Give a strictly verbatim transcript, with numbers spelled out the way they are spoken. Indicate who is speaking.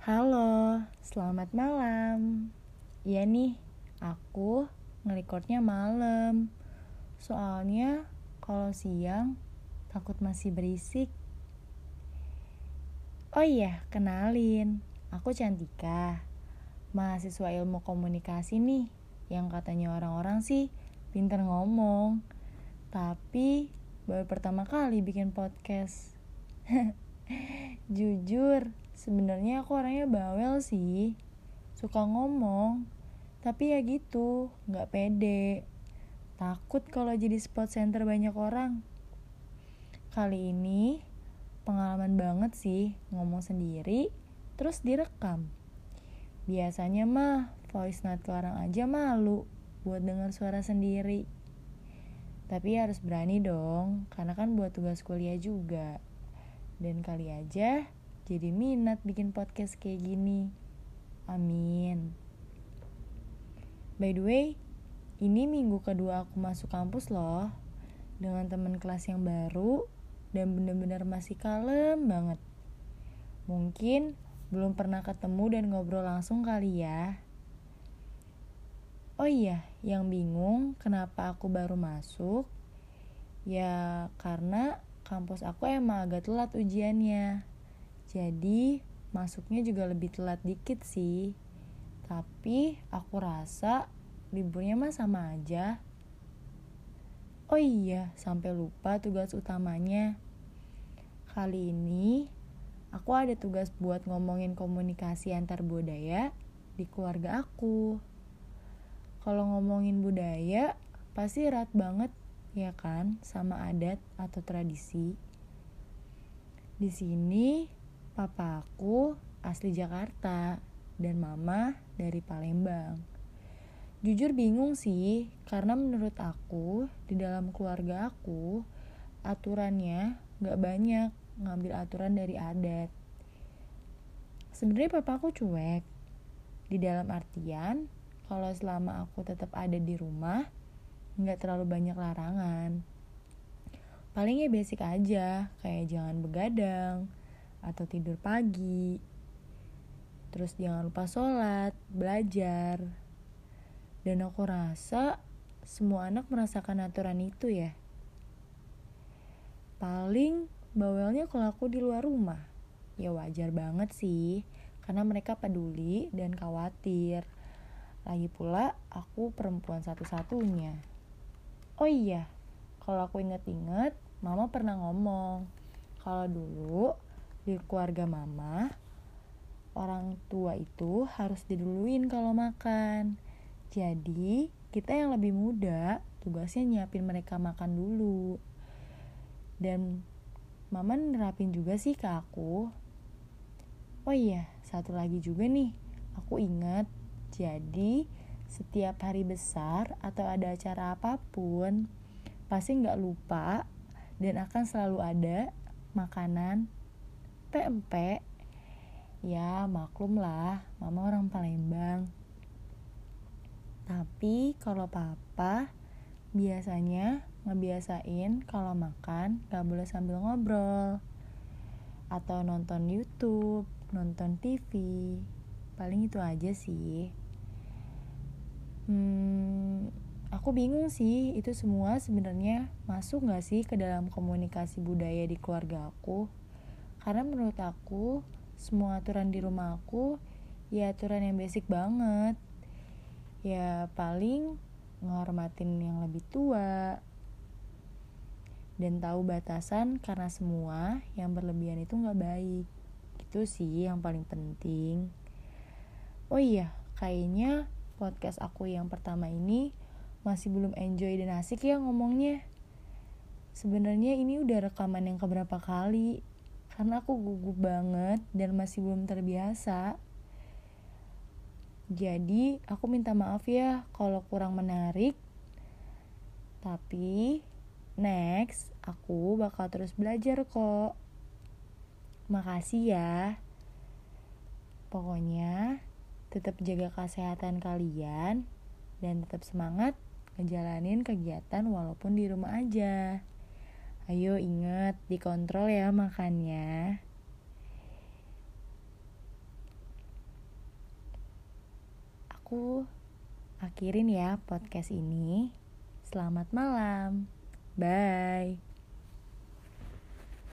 Speaker 1: Halo, selamat malam. Iya nih, aku ngerekordnya malam. Soalnya kalau siang takut masih berisik. Oh iya, kenalin. Aku Cantika, mahasiswa ilmu komunikasi nih. Yang katanya orang-orang sih pinter ngomong. Tapi baru pertama kali bikin podcast. Jujur, sebenarnya aku orangnya bawel sih. Suka ngomong, tapi ya gitu, gak pede. Takut kalau jadi spot center banyak orang. Kali ini pengalaman banget sih ngomong sendiri, terus direkam. Biasanya mah voice note ke orang aja malu buat dengar suara sendiri. Tapi harus berani dong, karena kan buat tugas kuliah juga. Dan kali aja jadi minat bikin podcast kayak gini. Amin. By the way, ini minggu kedua aku masuk kampus loh, dengan teman kelas yang baru dan bener-bener masih kalem banget. Mungkin belum pernah ketemu dan ngobrol langsung kali ya. Oh iya, yang bingung kenapa aku baru masuk? Ya karena kampus aku emang agak telat ujiannya. Jadi masuknya juga lebih telat dikit sih. Tapi aku rasa liburnya mah sama aja. Oh iya, sampai lupa tugas utamanya. Kali ini aku ada tugas buat ngomongin komunikasi antar budaya di keluarga aku. Kalau ngomongin budaya, pasti erat banget ya kan sama adat atau tradisi. Di sini papa aku asli Jakarta dan mama dari Palembang. Jujur bingung sih, karena menurut aku di dalam keluarga aku aturannya gak banyak ngambil aturan dari adat. Sebenarnya papa aku cuek, di dalam artian kalau selama aku tetap ada di rumah gak terlalu banyak larangan. Paling ya basic aja, kayak jangan begadang atau tidur pagi. Terus jangan lupa sholat, belajar. Dan aku rasa semua anak merasakan aturan itu ya. Paling bawelnya kalau aku di luar rumah. Ya wajar banget sih, karena mereka peduli dan khawatir. Lagi pula aku perempuan satu-satunya. Oh iya, kalau aku inget-inget, mama pernah ngomong kalau dulu di keluarga mama, orang tua itu harus diduluin kalau makan. Jadi kita yang lebih muda tugasnya nyiapin mereka makan dulu. Dan mama nerapin juga sih ke aku. Oh iya, satu lagi juga nih, aku ingat. Jadi setiap hari besar atau ada acara apapun, pasti gak lupa dan akan selalu ada makanan pempek. Ya maklum lah, mama orang Palembang. Tapi kalau papa biasanya ngebiasain kalau makan gak boleh sambil ngobrol atau nonton YouTube, nonton T V. Paling itu aja sih. Hmm, aku bingung sih itu semua sebenarnya masuk gak sih ke dalam komunikasi budaya di keluarga aku. Karena menurut aku semua aturan di rumah aku ya aturan yang basic banget. Ya paling ngehormatin yang lebih tua dan tahu batasan, karena semua yang berlebihan itu gak baik. Itu sih yang paling penting. Oh iya, kayaknya podcast aku yang pertama ini masih belum enjoy dan asik ya ngomongnya. Sebenarnya ini udah rekaman yang keberapa kali, karena aku gugup banget dan masih belum terbiasa. Jadi aku minta maaf ya kalau kurang menarik. Tapi next aku bakal terus belajar kok. Makasih ya. Pokoknya tetap jaga kesehatan kalian dan tetap semangat ngejalanin kegiatan walaupun di rumah aja. Ayo ingat dikontrol ya makannya. aku akhirin ya podcast ini. Selamat malam. Bye.